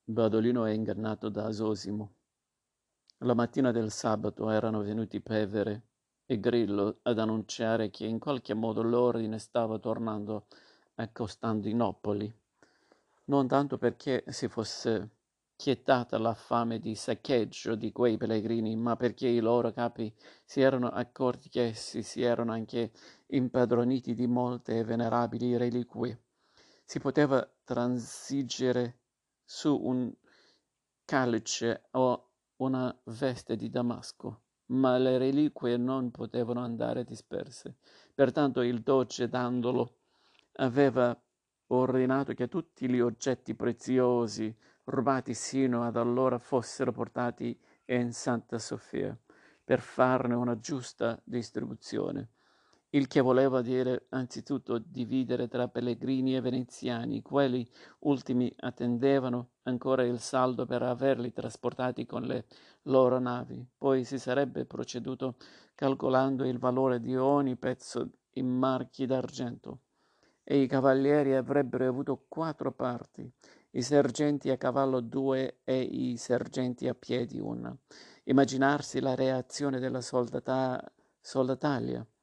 Badolino è ingannato da Zosimo. La mattina del sabato erano venuti Pevere e Grillo ad annunciare che in qualche modo l'ordine stava tornando a Costantinopoli, non tanto perché si fosse quietata la fame di saccheggio di quei pellegrini, ma perché i loro capi si erano accorti che essi si erano anche impadroniti di molte e venerabili reliquie. Si poteva transigere su un calice o una veste di damasco, ma le reliquie non potevano andare disperse. Pertanto il doge Dandolo aveva ordinato che tutti gli oggetti preziosi rubati sino ad allora fossero portati in Santa Sofia per farne una giusta distribuzione, il che voleva dire anzitutto dividere tra pellegrini e veneziani. Quelli ultimi attendevano ancora il saldo per averli trasportati con le loro navi. Poi si sarebbe proceduto calcolando il valore di ogni pezzo in marchi d'argento e i cavalieri avrebbero avuto 4 parti, i sergenti a cavallo 2 e i sergenti a piedi 1. Immaginarsi la reazione della soldataglia,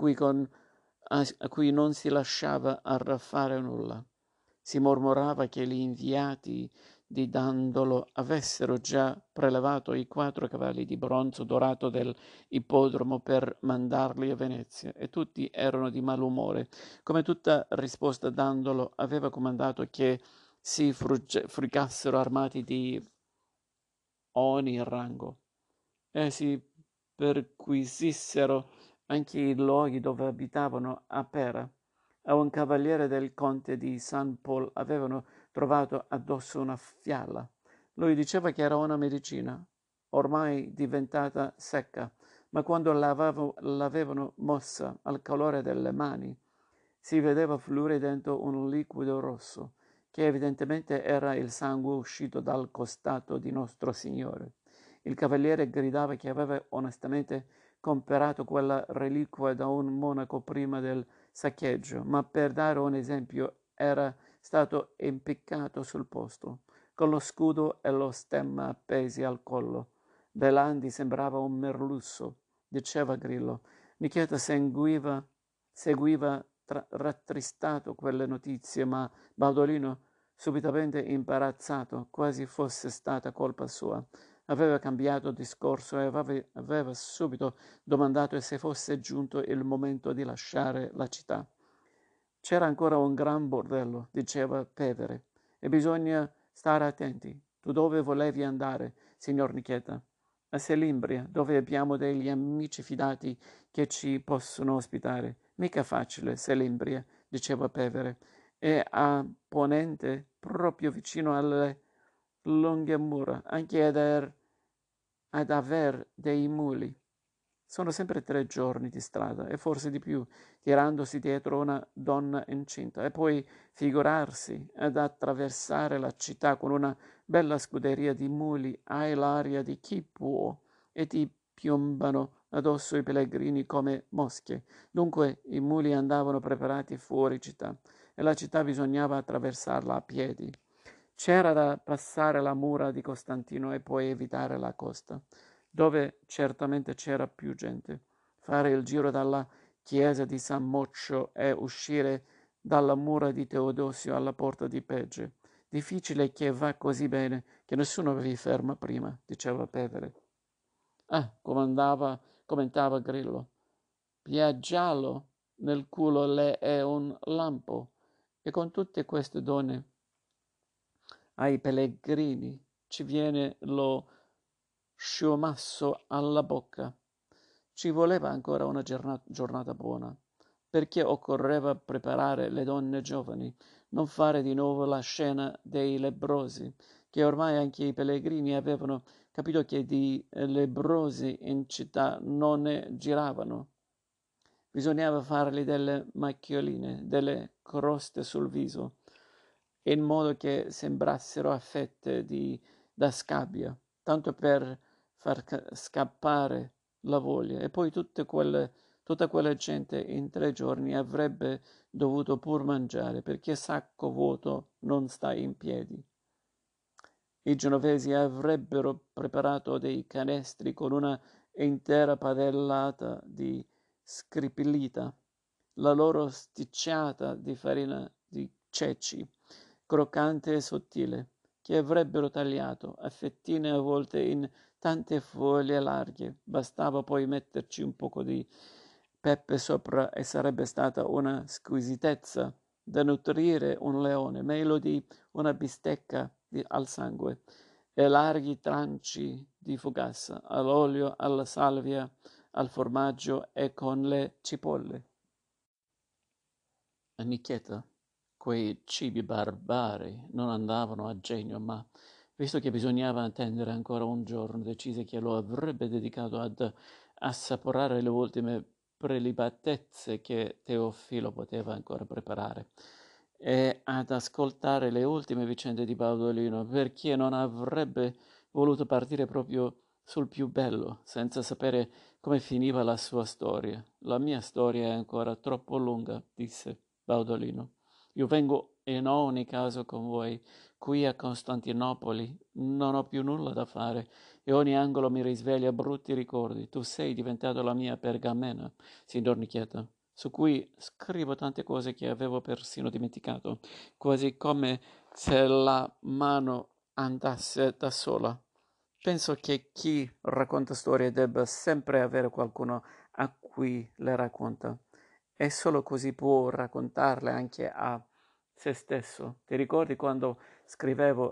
a cui non si lasciava arraffare nulla. Si mormorava che gli inviati di Dandolo avessero già prelevato i 4 cavalli di bronzo dorato dell'ippodromo per mandarli a Venezia, e tutti erano di malumore. Come tutta risposta, Dandolo aveva comandato che si frugassero armati di ogni rango e si perquisissero anche i luoghi dove abitavano a Pera. A un cavaliere del conte di San Paul avevano trovato addosso una fiala. Lui diceva che era una medicina, ormai diventata secca, ma quando l'avevano mossa al calore delle mani, si vedeva fluire dentro un liquido rosso, che evidentemente era il sangue uscito dal costato di nostro Signore. Il cavaliere gridava che aveva onestamente comperato quella reliquia da un monaco prima del saccheggio, ma per dare un esempio era stato impiccato sul posto, con lo scudo e lo stemma appesi al collo. Belandi sembrava un merlusso, diceva Grillo. Nicheta seguiva rattristato quelle notizie, ma Baldolino, subitamente imbarazzato, quasi fosse stata colpa sua, aveva cambiato discorso e aveva subito domandato se fosse giunto il momento di lasciare la città. C'era ancora un gran bordello, diceva Pevere, e bisogna stare attenti. Tu dove volevi andare, signor Nicheta? A Selimbria, dove abbiamo degli amici fidati che ci possono ospitare. Mica facile, Selimbria, diceva Pevere. È a ponente, proprio vicino alle lunghe mura, anche ad aver dei muli. Sono sempre 3 giorni di strada, e forse di più, tirandosi dietro una donna incinta. E poi figurarsi ad attraversare la città con una bella scuderia di muli, hai l'aria di chi può, e ti piombano addosso i pellegrini come mosche. Dunque i muli andavano preparati fuori città, e la città bisognava attraversarla a piedi. C'era da passare la mura di Costantino e poi evitare la costa, dove certamente c'era più gente, fare il giro dalla chiesa di San Moccio e uscire dalla mura di Teodosio alla porta di Pegge. Difficile che va così bene che nessuno vi ferma prima, diceva Pevere. Commentava Grillo. Piaggialo nel culo le è un lampo, e con tutte queste donne ai pellegrini ci viene lo sciumasso alla bocca. Ci voleva ancora una giornata buona, perché occorreva preparare le donne giovani, non fare di nuovo la scena dei lebbrosi, che ormai anche i pellegrini avevano capito che di lebbrosi in città non ne giravano. Bisognava fargli delle macchioline, delle croste sul viso, in modo che sembrassero affette da scabbia, tanto per far scappare la voglia. E poi tutta quella gente in 3 giorni avrebbe dovuto pur mangiare, perché sacco vuoto non sta in piedi. I genovesi avrebbero preparato dei canestri con una intera padellata di scripilita, la loro sticciata di farina di ceci, croccante e sottile, che avrebbero tagliato a fettine avvolte in tante foglie larghe. Bastava poi metterci un poco di pepe sopra e sarebbe stata una squisitezza da nutrire un leone, meglio di una bistecca al sangue, e larghi tranci di fugassa, all'olio, alla salvia, al formaggio e con le cipolle. A Nicchietta quei cibi barbari non andavano a genio, ma visto che bisognava attendere ancora un giorno, decise che lo avrebbe dedicato ad assaporare le ultime prelibatezze che Teofilo poteva ancora preparare e ad ascoltare le ultime vicende di Baudolino, perché non avrebbe voluto partire proprio sul più bello, senza sapere come finiva la sua storia. La mia storia è ancora troppo lunga, disse Baudolino. Io vengo in ogni caso con voi. Qui a Costantinopoli non ho più nulla da fare e ogni angolo mi risveglia brutti ricordi. Tu sei diventato la mia pergamena, signor Nicheta, su cui scrivo tante cose che avevo persino dimenticato, quasi come se la mano andasse da sola. Penso che chi racconta storie debba sempre avere qualcuno a cui le racconta e solo così può raccontarle anche a se stesso. Ti ricordi quando scrivevo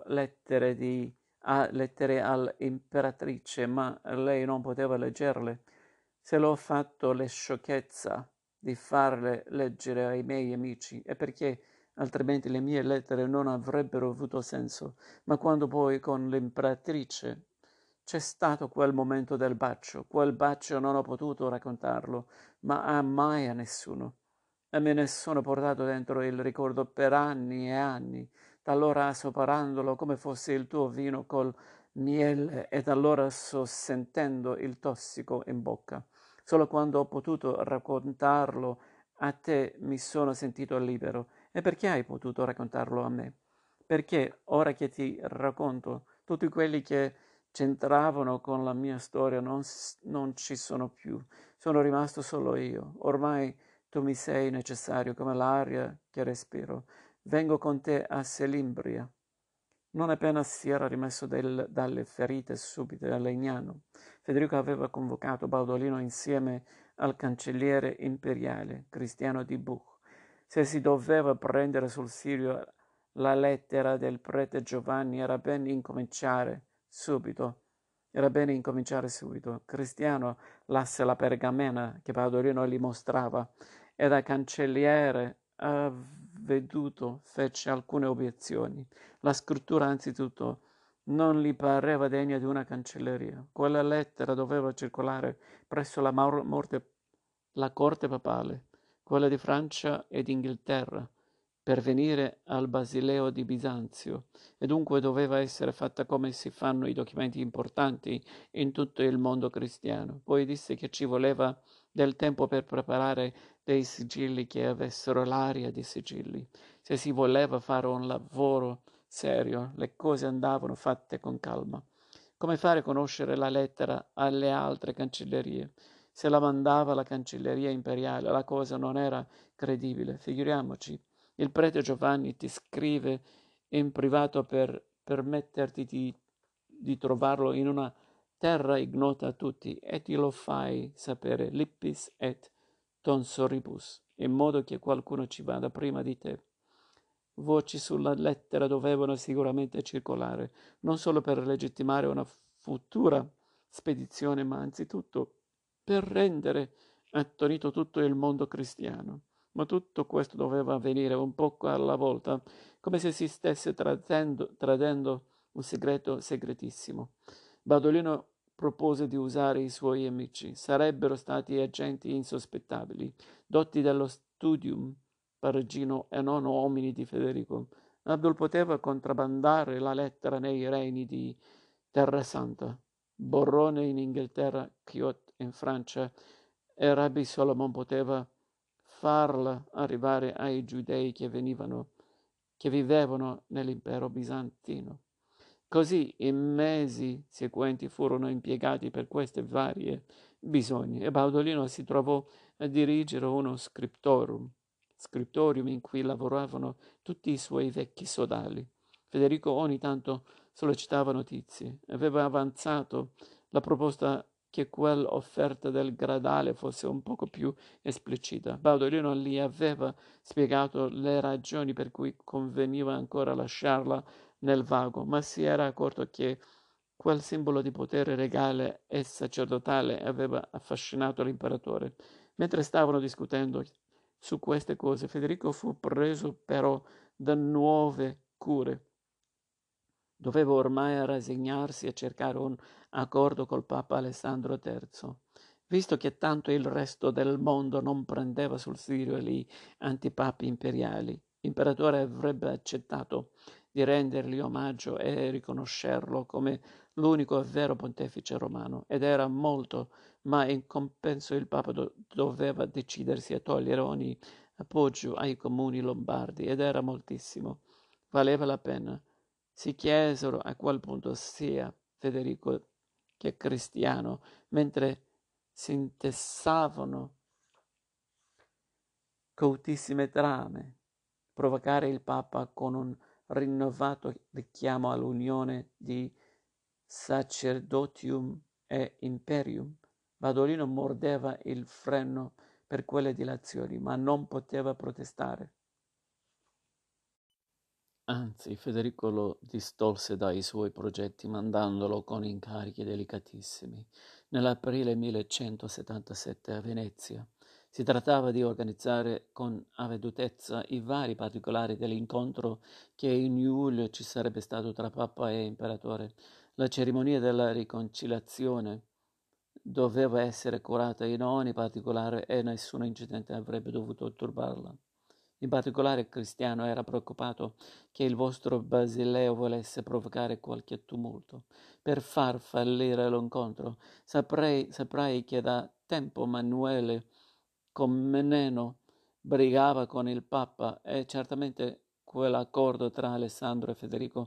lettere all'imperatrice, ma lei non poteva leggerle? Se l'ho fatto le sciocchezza di farle leggere ai miei amici, è perché altrimenti le mie lettere non avrebbero avuto senso. Ma quando poi con l'imperatrice c'è stato quel momento del bacio, quel bacio non ho potuto raccontarlo, ma mai a nessuno. E me ne sono portato dentro il ricordo per anni e anni, da allora assaporandolo come fosse il tuo vino col miele e da allora sto sentendo il tossico in bocca. Solo quando ho potuto raccontarlo a te mi sono sentito libero. E perché hai potuto raccontarlo a me? Perché ora che ti racconto, tutti quelli che c'entravano con la mia storia non ci sono più. Sono rimasto solo io. Ormai tu mi sei necessario come l'aria che respiro. Vengo con te a Selimbria. Non appena si era rimesso dalle ferite subite a Legnano, Federico aveva convocato Baudolino insieme al cancelliere imperiale, Cristiano di Buch. Se si doveva prendere sul serio la lettera del prete Giovanni, Era bene incominciare subito. Cristiano lasse la pergamena che Baudolino gli mostrava e da cancelliere avveduto fece alcune obiezioni. La scrittura, anzitutto, non gli pareva degna di una cancelleria. Quella lettera doveva circolare presso la corte papale, quella di Francia ed Inghilterra, per venire al Basileo di Bisanzio, e dunque doveva essere fatta come si fanno i documenti importanti in tutto il mondo cristiano. Poi disse che ci voleva del tempo per preparare dei sigilli che avessero l'aria di sigilli. Se si voleva fare un lavoro serio, le cose andavano fatte con calma. Come fare conoscere la lettera alle altre cancellerie? Se la mandava la cancelleria imperiale, la cosa non era credibile. Figuriamoci, il prete Giovanni ti scrive in privato per permetterti di trovarlo in una terra ignota a tutti e ti lo fai sapere lippis et tonsoribus, in modo che qualcuno ci vada prima di te. Voci sulla lettera dovevano sicuramente circolare, non solo per legittimare una futura spedizione, ma anzitutto per rendere attonito tutto il mondo cristiano. Ma tutto questo doveva avvenire un poco alla volta, come se si stesse tradendo un segreto segretissimo. Badolino propose di usare i suoi amici. Sarebbero stati agenti insospettabili, dotti dello studium parigino e non uomini di Federico. Abdul poteva contrabbandare la lettera nei regni di Terra Santa, Borrone in Inghilterra, Chiot in Francia, e Rabbi Solomon poteva farla arrivare ai giudei che vivevano nell'impero bizantino. Così i mesi seguenti furono impiegati per queste varie bisogni e Baudolino si trovò a dirigere uno scriptorium in cui lavoravano tutti i suoi vecchi sodali. Federico ogni tanto sollecitava notizie. Aveva avanzato la proposta che quell'offerta del Gradale fosse un poco più esplicita. Baudolino gli aveva spiegato le ragioni per cui conveniva ancora lasciarla nel vago, ma si era accorto che quel simbolo di potere regale e sacerdotale aveva affascinato l'imperatore. Mentre stavano discutendo su queste cose, Federico fu preso però da nuove cure. Doveva ormai rassegnarsi a cercare un accordo col Papa Alessandro III, visto che tanto il resto del mondo non prendeva sul serio gli antipapi imperiali. L'imperatore avrebbe accettato di rendergli omaggio e riconoscerlo come l'unico e vero pontefice romano, ed era molto, ma in compenso il Papa doveva decidersi a togliere ogni appoggio ai comuni lombardi, ed era moltissimo. Valeva la pena. Si chiesero a quel punto sia Federico che Cristiano, mentre si intessavano cautissime trame, provocare il Papa con un rinnovato richiamo all'unione di sacerdotium e imperium. Badolino mordeva il freno per quelle dilazioni, ma non poteva protestare. Anzi, Federico lo distolse dai suoi progetti mandandolo con incarichi delicatissimi. Nell'aprile 1177 a Venezia si trattava di organizzare con avvedutezza i vari particolari dell'incontro che in luglio ci sarebbe stato tra Papa e Imperatore. La cerimonia della riconciliazione doveva essere curata in ogni particolare e nessun incidente avrebbe dovuto turbarla. In particolare Cristiano era preoccupato che il vostro Basileo volesse provocare qualche tumulto. Per far fallire l'incontro, saprai che da tempo Manuele Comneno brigava con il Papa e certamente quell'accordo tra Alessandro e Federico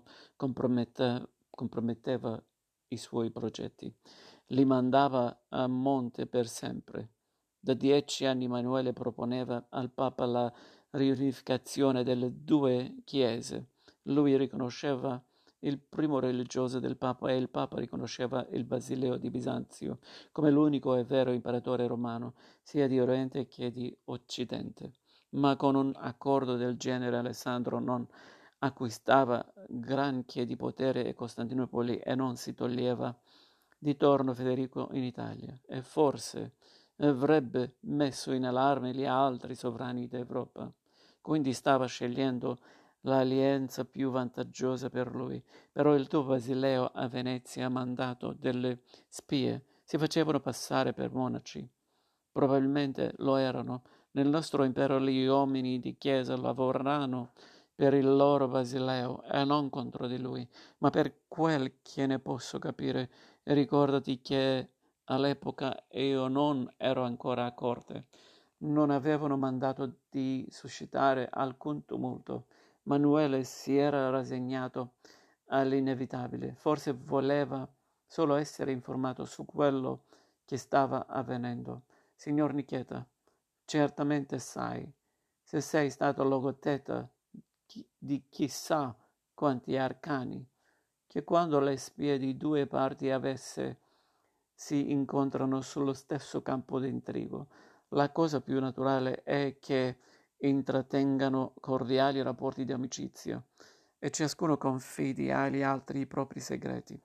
comprometteva i suoi progetti. Li mandava a monte per sempre. Da 10 anni Manuele proponeva al Papa la riunificazione delle due chiese. Lui riconosceva il primo religioso del Papa e il Papa riconosceva il Basileo di Bisanzio come l'unico e vero imperatore romano, sia di Oriente che di Occidente. Ma con un accordo del genere Alessandro non acquistava granché di potere a Costantinopoli e non si toglieva di torno Federico in Italia e forse avrebbe messo in allarme gli altri sovrani d'Europa. Quindi stava scegliendo l'alleanza più vantaggiosa per lui. Però il tuo Basileo a Venezia ha mandato delle spie. Si facevano passare per monaci. Probabilmente lo erano. Nel nostro impero gli uomini di chiesa lavoreranno per il loro Basileo e non contro di lui. Ma per quel che ne posso capire, ricordati che all'epoca io non ero ancora a corte. Non avevano mandato di suscitare alcun tumulto. Manuele si era rassegnato all'inevitabile. Forse voleva solo essere informato su quello che stava avvenendo. Signor Nicheta, certamente sai, se sei stato logoteta di chissà quanti arcani, che quando le spie di due parti avesse si incontrano sullo stesso campo d'intrigo, la cosa più naturale è che intrattengano cordiali rapporti di amicizia e ciascuno confidi agli altri i propri segreti.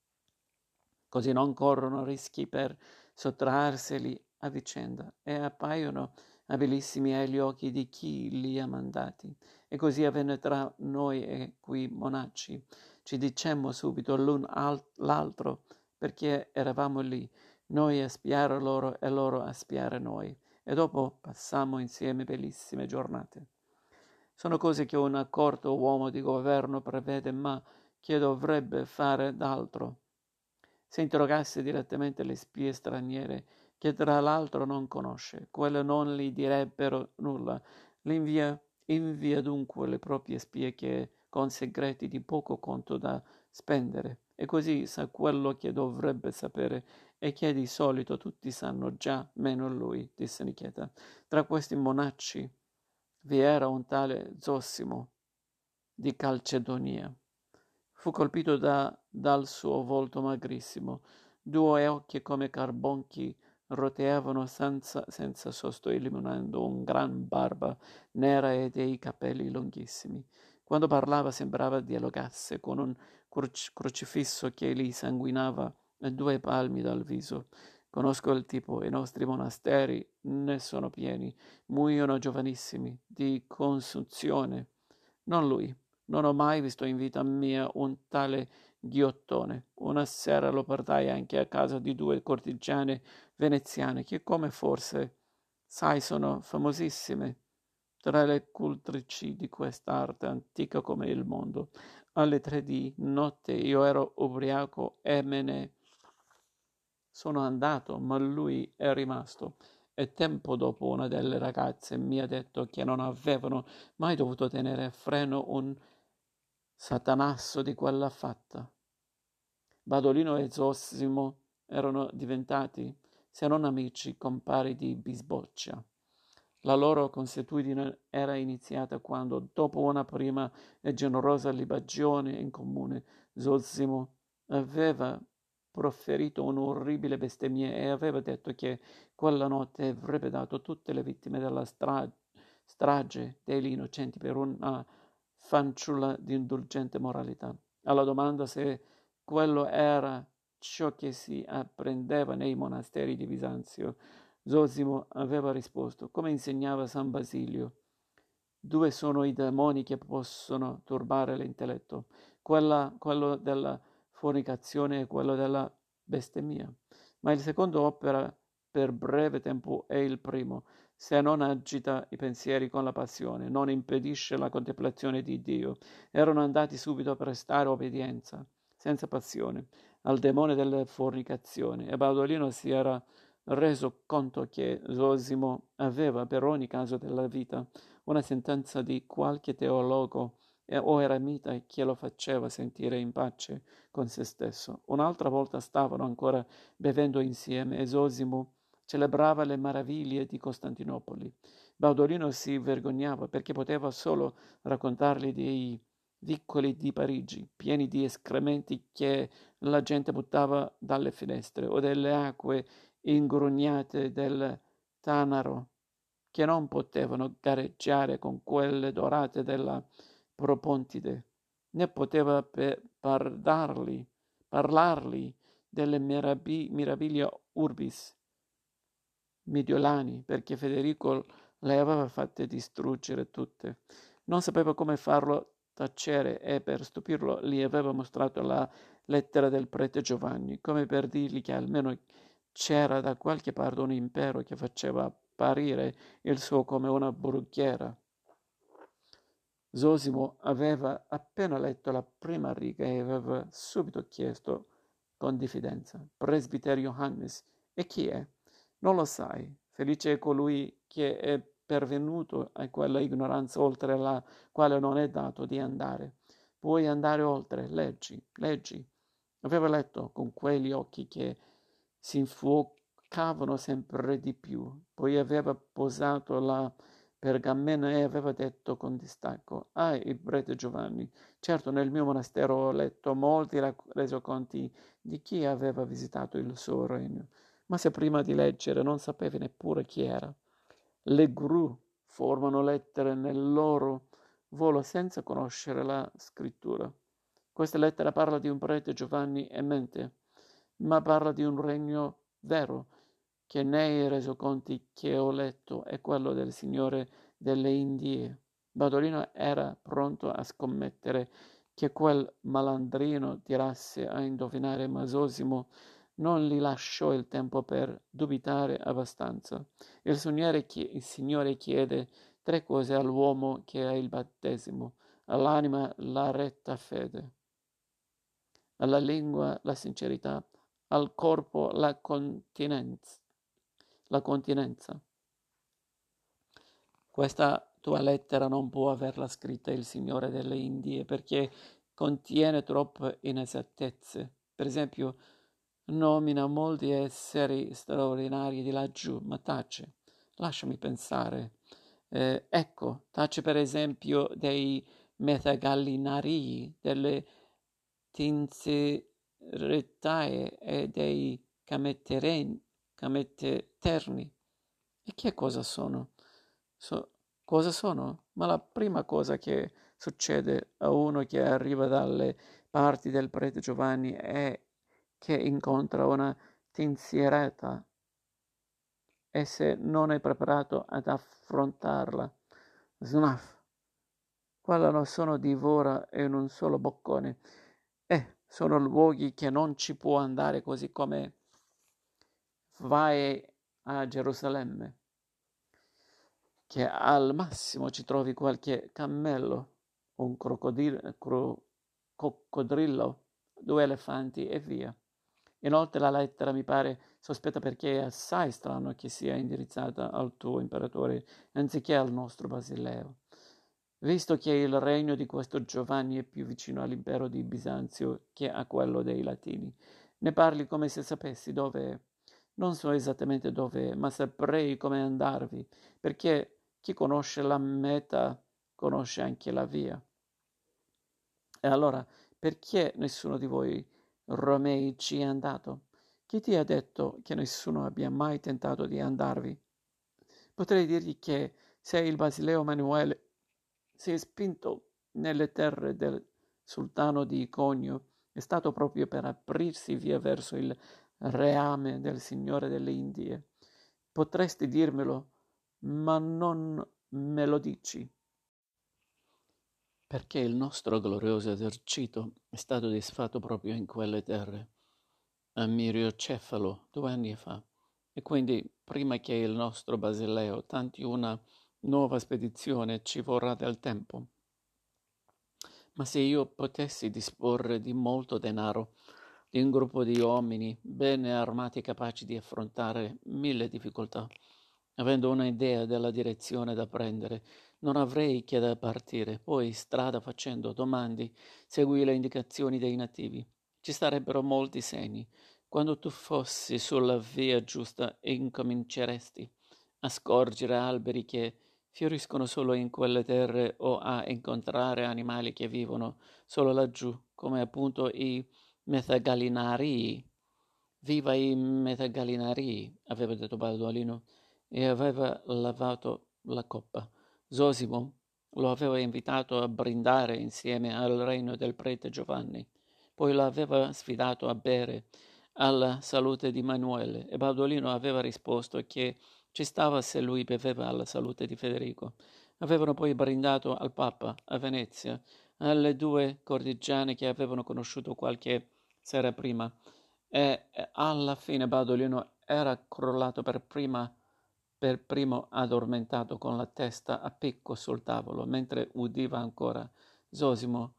Così non corrono rischi per sottraerseli a vicenda e appaiono abilissimi agli occhi di chi li ha mandati. E così avvenne tra noi e quei monaci. Ci dicemmo subito l'un l'altro perché eravamo lì, noi a spiare loro e loro a spiare noi. E dopo passammo insieme bellissime giornate. Sono cose che un accorto uomo di governo prevede, ma che dovrebbe fare d'altro. Se interrogasse direttamente le spie straniere, che tra l'altro non conosce, quelle non gli direbbero nulla. Invia dunque le proprie spie che con segreti di poco conto da spendere, e così sa quello che dovrebbe sapere e che di solito tutti sanno già, meno lui, disse Nicheta. Tra questi monacci vi era un tale Zosimo di Calcedonia. Fu colpito dal suo volto magrissimo. Due occhi come carbonchi roteavano senza sosto, illuminando un gran barba nera e dei capelli lunghissimi. Quando parlava sembrava dialogasse con un crocifisso che gli sanguinava a 2 palmi dal viso. Conosco il tipo, i nostri monasteri ne sono pieni, muoiono giovanissimi, di consunzione. Non lui. Non ho mai visto in vita mia un tale ghiottone. Una sera lo portai anche a casa di 2 cortigiane veneziane che, come forse sai, sono famosissime tra le cultrici di quest'arte antica come il mondo. Alle 3 di notte io ero ubriaco e me ne sono andato, ma lui è rimasto. E tempo dopo una delle ragazze mi ha detto che non avevano mai dovuto tenere a freno un satanasso di quella fatta. Badolino e Zosimo erano diventati, se non amici, compari di bisboccia. La loro consuetudine era iniziata quando, dopo una prima e generosa libagione in comune, Zosimo aveva proferito un'orribile bestemmia e aveva detto che quella notte avrebbe dato tutte le vittime della strage degli innocenti per una fanciulla di indulgente moralità. Alla domanda se quello era ciò che si apprendeva nei monasteri di Bisanzio, Zosimo aveva risposto, come insegnava San Basilio: 2 sono i demoni che possono turbare l'intelletto, quello della fornicazione e quello della bestemmia. Ma il secondo opera per breve tempo e il primo, se non agita i pensieri con la passione, non impedisce la contemplazione di Dio. Erano andati subito a prestare obbedienza, senza passione, al demone delle fornicazioni, e Baudolino si era reso conto che Zosimo aveva per ogni caso della vita una sentenza di qualche teologo o eremita che lo faceva sentire in pace con se stesso. Un'altra volta stavano ancora bevendo insieme e Zosimo celebrava le meraviglie di Costantinopoli. Baudolino si vergognava perché poteva solo raccontargli dei vicoli di Parigi, pieni di escrementi che la gente buttava dalle finestre, o delle acque ingrugnate del Tanaro, che non potevano gareggiare con quelle dorate della Propontide, né poteva parlargli delle meraviglie urbis Mediolani, perché Federico le aveva fatte distruggere tutte. Non sapeva come farlo tacere e per stupirlo gli aveva mostrato la lettera del prete Giovanni, come per dirgli che almeno c'era da qualche parte un impero che faceva apparire il suo come una brughiera. Zosimo aveva appena letto la prima riga e aveva subito chiesto con diffidenza: Presbitero Johannes, e chi è? Non lo sai. Felice è colui che è pervenuto a quella ignoranza oltre la quale non è dato di andare. Puoi andare oltre, leggi, leggi. Aveva letto con quegli occhi che si infuocavano sempre di più. Poi aveva posato la pergamena e aveva detto con distacco: Ah, il prete Giovanni, certo nel mio monastero ho letto molti resoconti di chi aveva visitato il suo regno, ma se prima di leggere non sapevi neppure chi era. Le gru formano lettere nel loro volo senza conoscere la scrittura. Questa lettera parla di un prete Giovanni e mente, ma parla di un regno vero, che nei resoconti che ho letto è quello del Signore delle Indie. Badolino era pronto a scommettere che quel malandrino tirasse a indovinare, ma Zosimo non gli lasciò il tempo per dubitare abbastanza. Il Signore chiede 3 cose all'uomo che ha il battesimo: all'anima la retta fede, alla lingua la sincerità, al corpo la continenza. Questa tua lettera non può averla scritta il Signore delle Indie perché contiene troppe inesattezze. Per esempio, nomina molti esseri straordinari di laggiù, ma tace. Lasciami pensare. Ecco, tace per esempio dei metagallinari, delle tinzeretae e dei cametterni. E che cosa sono? Cosa sono? Ma la prima cosa che succede a uno che arriva dalle parti del prete Giovanni è che incontra una tinziereta e se non è preparato ad affrontarla, snaf, quella non sono divora in un solo boccone. Sono luoghi che non ci può andare così come vai a Gerusalemme, che al massimo ci trovi qualche cammello, un coccodrillo, 2 elefanti e via. Inoltre la lettera mi pare sospetta perché è assai strano che sia indirizzata al tuo imperatore anziché al nostro Basileo, visto che il regno di questo Giovanni è più vicino all'impero di Bisanzio che a quello dei Latini. Ne parli come se sapessi dove è. Non so esattamente dove è, ma saprei come andarvi, perché chi conosce la meta conosce anche la via. E allora, perché nessuno di voi Romei ci è andato? Chi ti ha detto che nessuno abbia mai tentato di andarvi? Potrei dirgli che se il Basileo Manuele si è spinto nelle terre del sultano di Iconio, è stato proprio per aprirsi via verso il reame del Signore delle Indie. Potresti dirmelo, ma non me lo dici. Perché il nostro glorioso esercito è stato disfatto proprio in quelle terre, a Miriocefalo, 2 anni fa, e quindi prima che il nostro Basileo tanti una nuova spedizione ci vorrà del tempo. Ma se io potessi disporre di molto denaro, di un gruppo di uomini bene armati capaci di affrontare 1000 difficoltà, avendo un'idea della direzione da prendere, non avrei che da partire, poi strada facendo domandi, segui le indicazioni dei nativi. Ci sarebbero molti segni. Quando tu fossi sulla via giusta incominceresti a scorgere alberi che fioriscono solo in quelle terre o a incontrare animali che vivono solo laggiù, come appunto i metagalinarii. Viva i metagalinarii, aveva detto Baldolino, e aveva lavato la coppa. Zosimo lo aveva invitato a brindare insieme al regno del prete Giovanni, poi lo aveva sfidato a bere alla salute di Manuele e Baldolino aveva risposto che ci stava se lui beveva alla salute di Federico. Avevano poi brindato al Papa a Venezia, alle 2 cortigiane che avevano conosciuto qualche sera prima, e alla fine Badolino era crollato per primo addormentato con la testa a picco sul tavolo, mentre udiva ancora Zosimo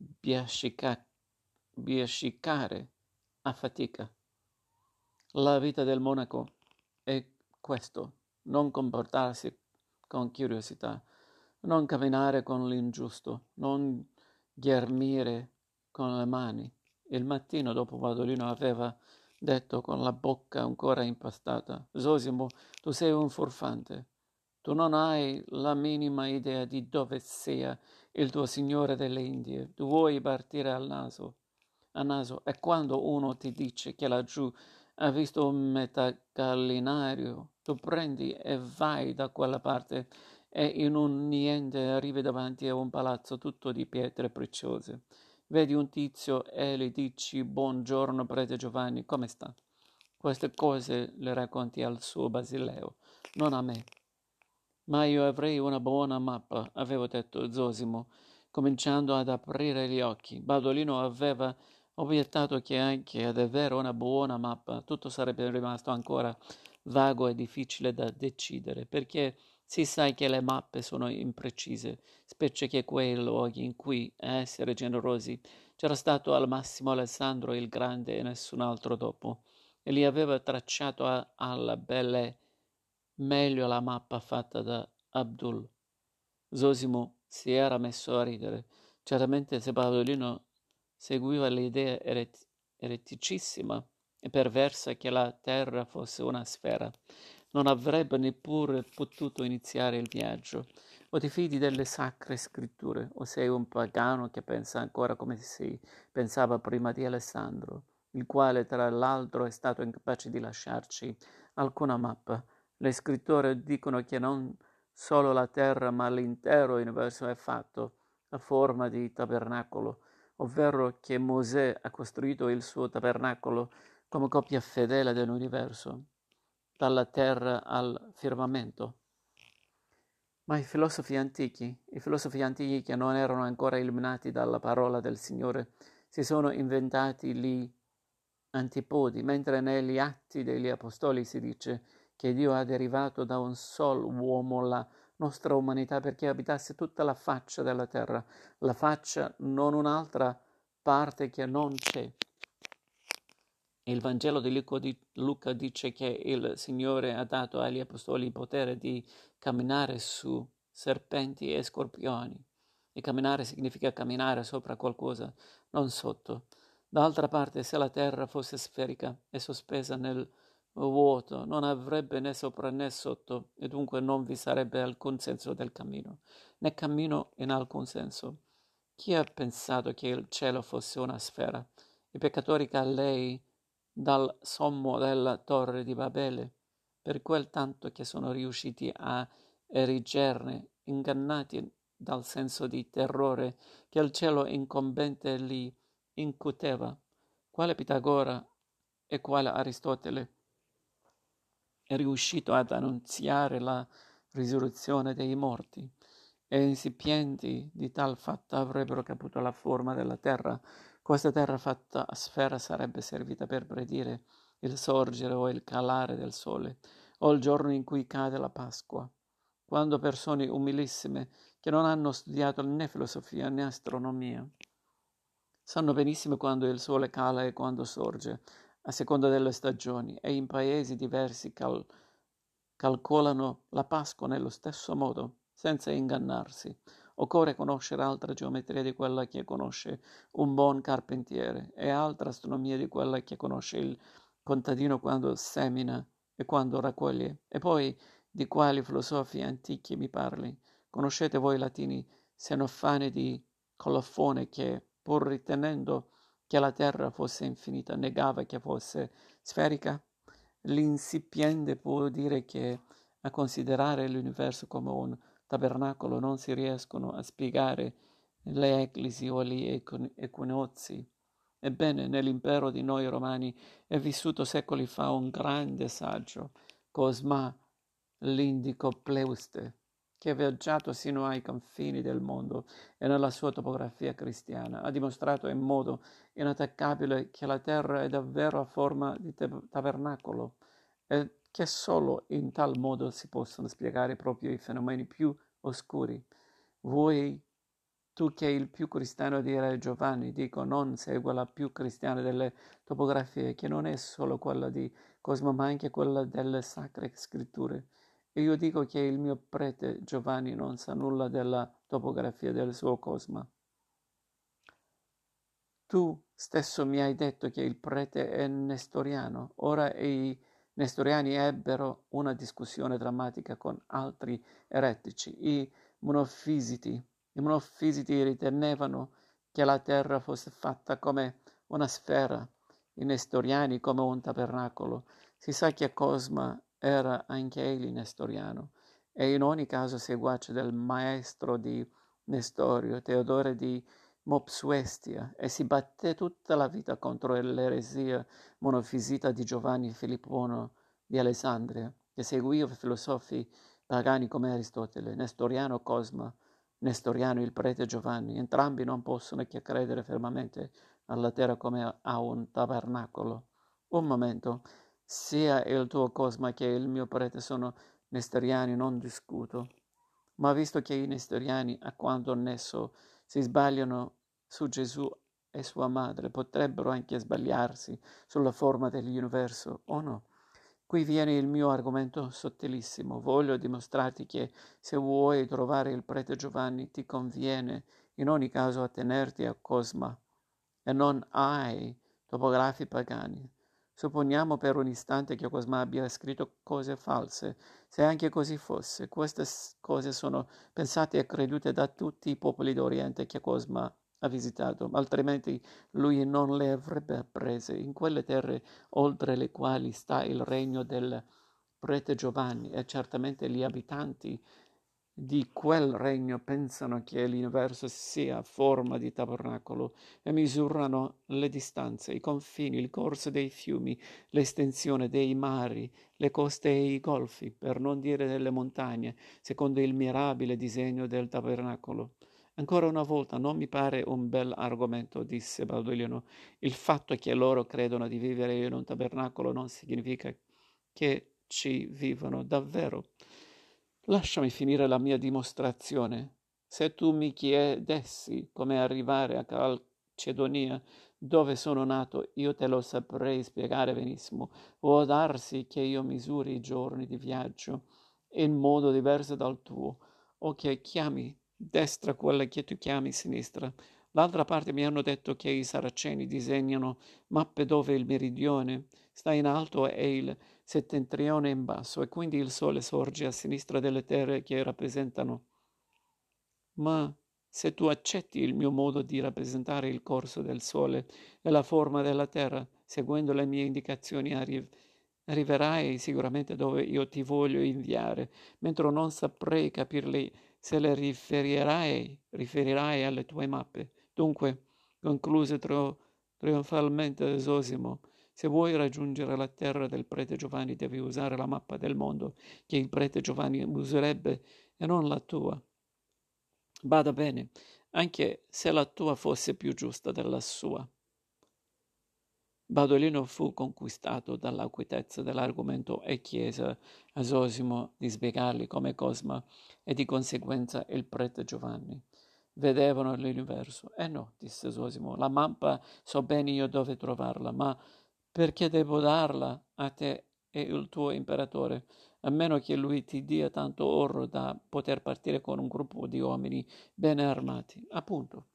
biascicare a fatica. La vita del monaco è questo, non comportarsi con curiosità, non camminare con l'ingiusto, non ghermire con le mani. Il mattino dopo Badolino aveva detto con la bocca ancora impastata: Zosimo, tu sei un furfante. Tu non hai la minima idea di dove sia il tuo Signore delle Indie. Tu vuoi partire a naso, e quando uno ti dice che laggiù ha visto un metagallinario, tu prendi e vai da quella parte e in un niente arrivi davanti a un palazzo tutto di pietre preziose. Vedi un tizio e gli dici buongiorno prete Giovanni, come sta? Queste cose le racconti al suo Basileo, non a me. Ma io avrei una buona mappa, avevo detto Zosimo, cominciando ad aprire gli occhi. Badolino aveva obiettato che anche ad avere una buona mappa tutto sarebbe rimasto ancora vago e difficile da decidere, perché si sa che le mappe sono imprecise, specie che quei luoghi in cui, a essere generosi, c'era stato al massimo Alessandro il Grande e nessun altro dopo, e li aveva tracciato alla belle meglio la mappa fatta da Abdul. Zosimo si era messo a ridere. Certamente se Paolino seguiva l'idea ereticissima e perversa che la terra fosse una sfera, non avrebbe neppure potuto iniziare il viaggio. O ti fidi delle sacre scritture, o sei un pagano che pensa ancora come si pensava prima di Alessandro, il quale tra l'altro è stato incapace di lasciarci alcuna mappa. Le scritture dicono che non solo la terra ma l'intero universo è fatto a forma di tabernacolo, ovvero che Mosè ha costruito il suo tabernacolo come copia fedele dell'universo, dalla terra al firmamento. Ma i filosofi antichi che non erano ancora illuminati dalla parola del Signore, si sono inventati gli antipodi, mentre negli Atti degli Apostoli si dice che Dio ha derivato da un sol uomo la nostra umanità perché abitasse tutta la faccia della terra, la faccia non un'altra parte che non c'è. Il Vangelo di Luca dice che il Signore ha dato agli Apostoli il potere di camminare su serpenti e scorpioni. E camminare significa camminare sopra qualcosa, non sotto. D'altra parte, se la terra fosse sferica e sospesa nel vuoto, non avrebbe né sopra né sotto, e dunque non vi sarebbe alcun senso del cammino, né cammino in alcun senso. Chi ha pensato che il cielo fosse una sfera? I peccatori Gallei dal sommo della torre di Babele, per quel tanto che sono riusciti a erigerne, ingannati dal senso di terrore che il cielo incombente li incuteva. Quale Pitagora e quale Aristotele è riuscito ad annunziare la risurrezione dei morti, e insipienti di tal fatta avrebbero caputo la forma della terra. Questa terra fatta a sfera sarebbe servita per predire il sorgere o il calare del sole, o il giorno in cui cade la Pasqua, quando persone umilissime, che non hanno studiato né filosofia né astronomia, sanno benissimo quando il sole cala e quando sorge, a seconda delle stagioni, e in paesi diversi calcolano la Pasqua nello stesso modo, senza ingannarsi. Occorre conoscere altra geometria di quella che conosce un buon carpentiere e altra astronomia di quella che conosce il contadino quando semina e quando raccoglie. E poi di quali filosofi antichi mi parli? Conoscete voi latini Xenofane di Colofone che, pur ritenendo che la terra fosse infinita, negava che fosse sferica? L'insipiente può dire che a considerare l'universo come un tabernacolo non si riescono a spiegare le eclisi o gli equinozi. Ebbene, nell'impero di noi romani è vissuto secoli fa un grande saggio, Cosma l'Indico Pleuste, che ha viaggiato sino ai confini del mondo e nella sua topografia cristiana ha dimostrato in modo inattaccabile che la terra è davvero a forma di tabernacolo e che solo in tal modo si possono spiegare proprio i fenomeni più oscuri. Vuoi tu che il più cristiano di Re Giovanni, dico, non segua la più cristiana delle topografie, che non è solo quella di Cosmo ma anche quella delle sacre scritture. E io dico che il mio prete Giovanni non sa nulla della topografia del suo Cosma. Tu stesso mi hai detto che il prete è nestoriano. Ora i nestoriani ebbero una discussione drammatica con altri eretici, i monofisiti. I monofisiti ritenevano che la terra fosse fatta come una sfera, i nestoriani come un tabernacolo. Si sa che Cosma era anche egli nestoriano, e in ogni caso seguace del maestro di Nestorio, Teodore di Mopsuestia, e si batté tutta la vita contro l'eresia monofisita di Giovanni Filippono di Alessandria, che seguiva filosofi pagani come Aristotele, Nestoriano Cosma, Nestoriano il prete Giovanni. Entrambi non possono che credere fermamente alla terra come a un tabernacolo. Un momento, sia il tuo Cosma che il mio prete sono nestoriani, non discuto. Ma visto che i nestoriani, a quanto nesso, si sbagliano su Gesù e sua madre, potrebbero anche sbagliarsi sulla forma dell'universo, o no? Qui viene il mio argomento sottilissimo. Voglio dimostrarti che se vuoi trovare il prete Giovanni ti conviene in ogni caso attenerti a Cosma e non ai topografi pagani. Supponiamo per un istante che Cosma abbia scritto cose false. Se anche così fosse, queste cose sono pensate e credute da tutti i popoli d'Oriente che Cosma ha visitato, altrimenti lui non le avrebbe apprese in quelle terre oltre le quali sta il regno del prete Giovanni, e certamente gli abitanti di quel regno pensano che l'universo sia a forma di tabernacolo e misurano le distanze, i confini, il corso dei fiumi, l'estensione dei mari, le coste e i golfi, per non dire delle montagne, secondo il mirabile disegno del tabernacolo. Ancora una volta, non mi pare un bel argomento, disse Baudolino. Il fatto che loro credono di vivere in un tabernacolo non significa che ci vivono davvero. Lasciami finire la mia dimostrazione. Se tu mi chiedessi come arrivare a Calcedonia, dove sono nato, io te lo saprei spiegare benissimo. Può darsi che io misuri i giorni di viaggio in modo diverso dal tuo, o che chiami destra quella che tu chiami sinistra. L'altra parte mi hanno detto che i saraceni disegnano mappe dove il meridione sta in alto e il settentrione in basso, e quindi il sole sorge a sinistra delle terre che rappresentano. Ma se tu accetti il mio modo di rappresentare il corso del sole e la forma della terra, seguendo le mie indicazioni, arriverai sicuramente dove io ti voglio inviare, mentre non saprei capirle se le riferirai alle tue mappe. Dunque, concluse trionfalmente Zosimo, se vuoi raggiungere la terra del prete Giovanni devi usare la mappa del mondo che il prete Giovanni userebbe e non la tua. Bada bene, anche se la tua fosse più giusta della sua. Badolino fu conquistato dall'acutezza dell'argomento e chiese a Zosimo di spiegargli come Cosma e di conseguenza il prete Giovanni vedevano l'universo. No, disse Zosimo, la mappa so bene io dove trovarla, ma perché devo darla a te e il tuo imperatore, a meno che lui ti dia tanto oro da poter partire con un gruppo di uomini bene armati. Appunto.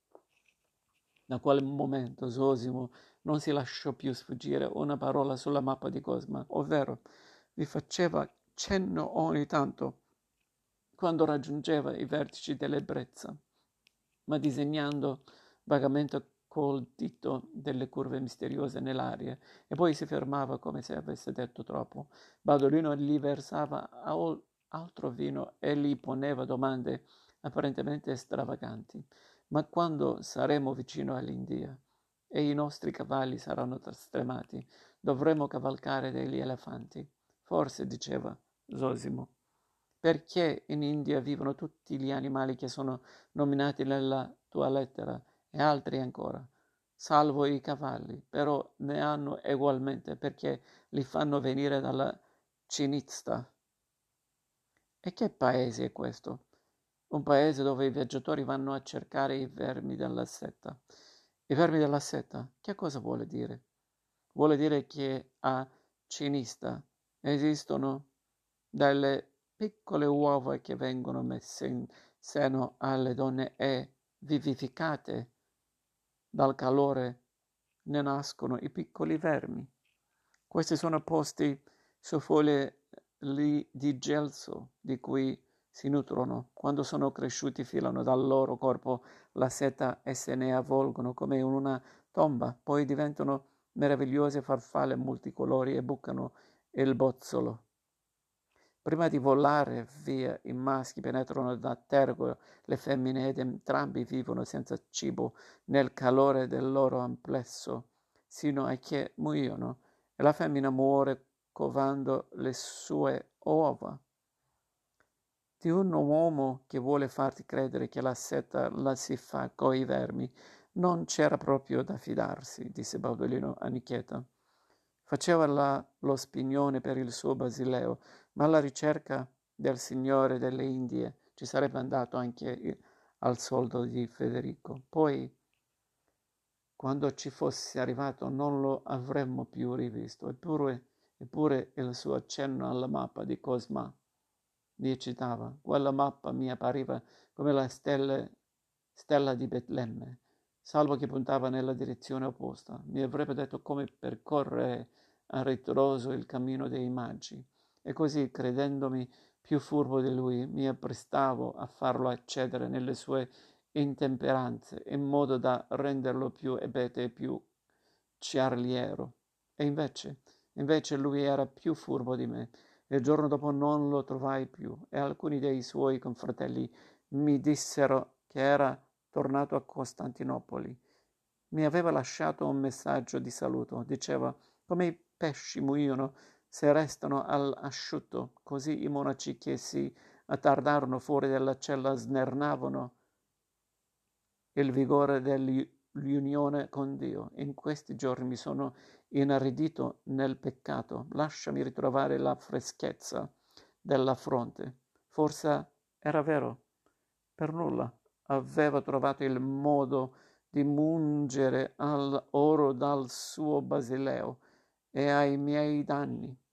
Da quel momento Zosimo non si lasciò più sfuggire una parola sulla mappa di Cosma, ovvero vi faceva cenno ogni tanto quando raggiungeva i vertici dell'ebbrezza, ma disegnando vagamente col dito delle curve misteriose nell'aria, e poi si fermava come se avesse detto troppo. Badolino gli versava altro vino e gli poneva domande apparentemente stravaganti. Ma quando saremo vicino all'India e i nostri cavalli saranno stremati, dovremo cavalcare degli elefanti. Forse, diceva Zosimo, perché in India vivono tutti gli animali che sono nominati nella tua lettera e altri ancora, salvo i cavalli, però ne hanno ugualmente perché li fanno venire dalla Cinizta. E che paese è questo? Un paese dove i viaggiatori vanno a cercare i vermi della setta. I vermi della setta, che cosa vuole dire? Vuole dire che a Cinista esistono delle piccole uova che vengono messe in seno alle donne e, vivificate dal calore, ne nascono i piccoli vermi. Questi sono posti su foglie di gelso di cui si nutrono. Quando sono cresciuti filano dal loro corpo la seta e se ne avvolgono come in una tomba, poi diventano meravigliose farfalle multicolori e bucano il bozzolo. Prima di volare via, i maschi penetrano da tergo le femmine ed entrambi vivono senza cibo nel calore del loro amplesso, sino a che muoiono, e la femmina muore covando le sue uova. Di un uomo che vuole farti credere che la seta la si fa coi vermi, non c'era proprio da fidarsi, disse Baudolino a Nicheta. Faceva lo spignone per il suo Basileo, ma alla ricerca del Signore delle Indie ci sarebbe andato anche al soldo di Federico. Poi, quando ci fosse arrivato, non lo avremmo più rivisto. Eppure Eppure il suo accenno alla mappa di Cosma mi eccitava. Quella mappa mi appariva come la stella di Betlemme, salvo che puntava nella direzione opposta. Mi avrebbe detto come percorrere a ritroso il cammino dei magi. E così, credendomi più furbo di lui, mi apprestavo a farlo accedere nelle sue intemperanze, in modo da renderlo più ebete e più ciarliero. E invece lui era più furbo di me. Il giorno dopo non lo trovai più e alcuni dei suoi confratelli mi dissero che era tornato a Costantinopoli. Mi aveva lasciato un messaggio di saluto. Diceva: come i pesci muoiono se restano all'asciutto, così i monaci che si attardarono fuori della cella snernavano il vigore dell'unione con Dio. In questi giorni mi sono inaridito nel peccato. Lasciami ritrovare la freschezza della fronte. Forse era vero. Per nulla aveva trovato il modo di mungere all'oro dal suo basileo e ai miei danni.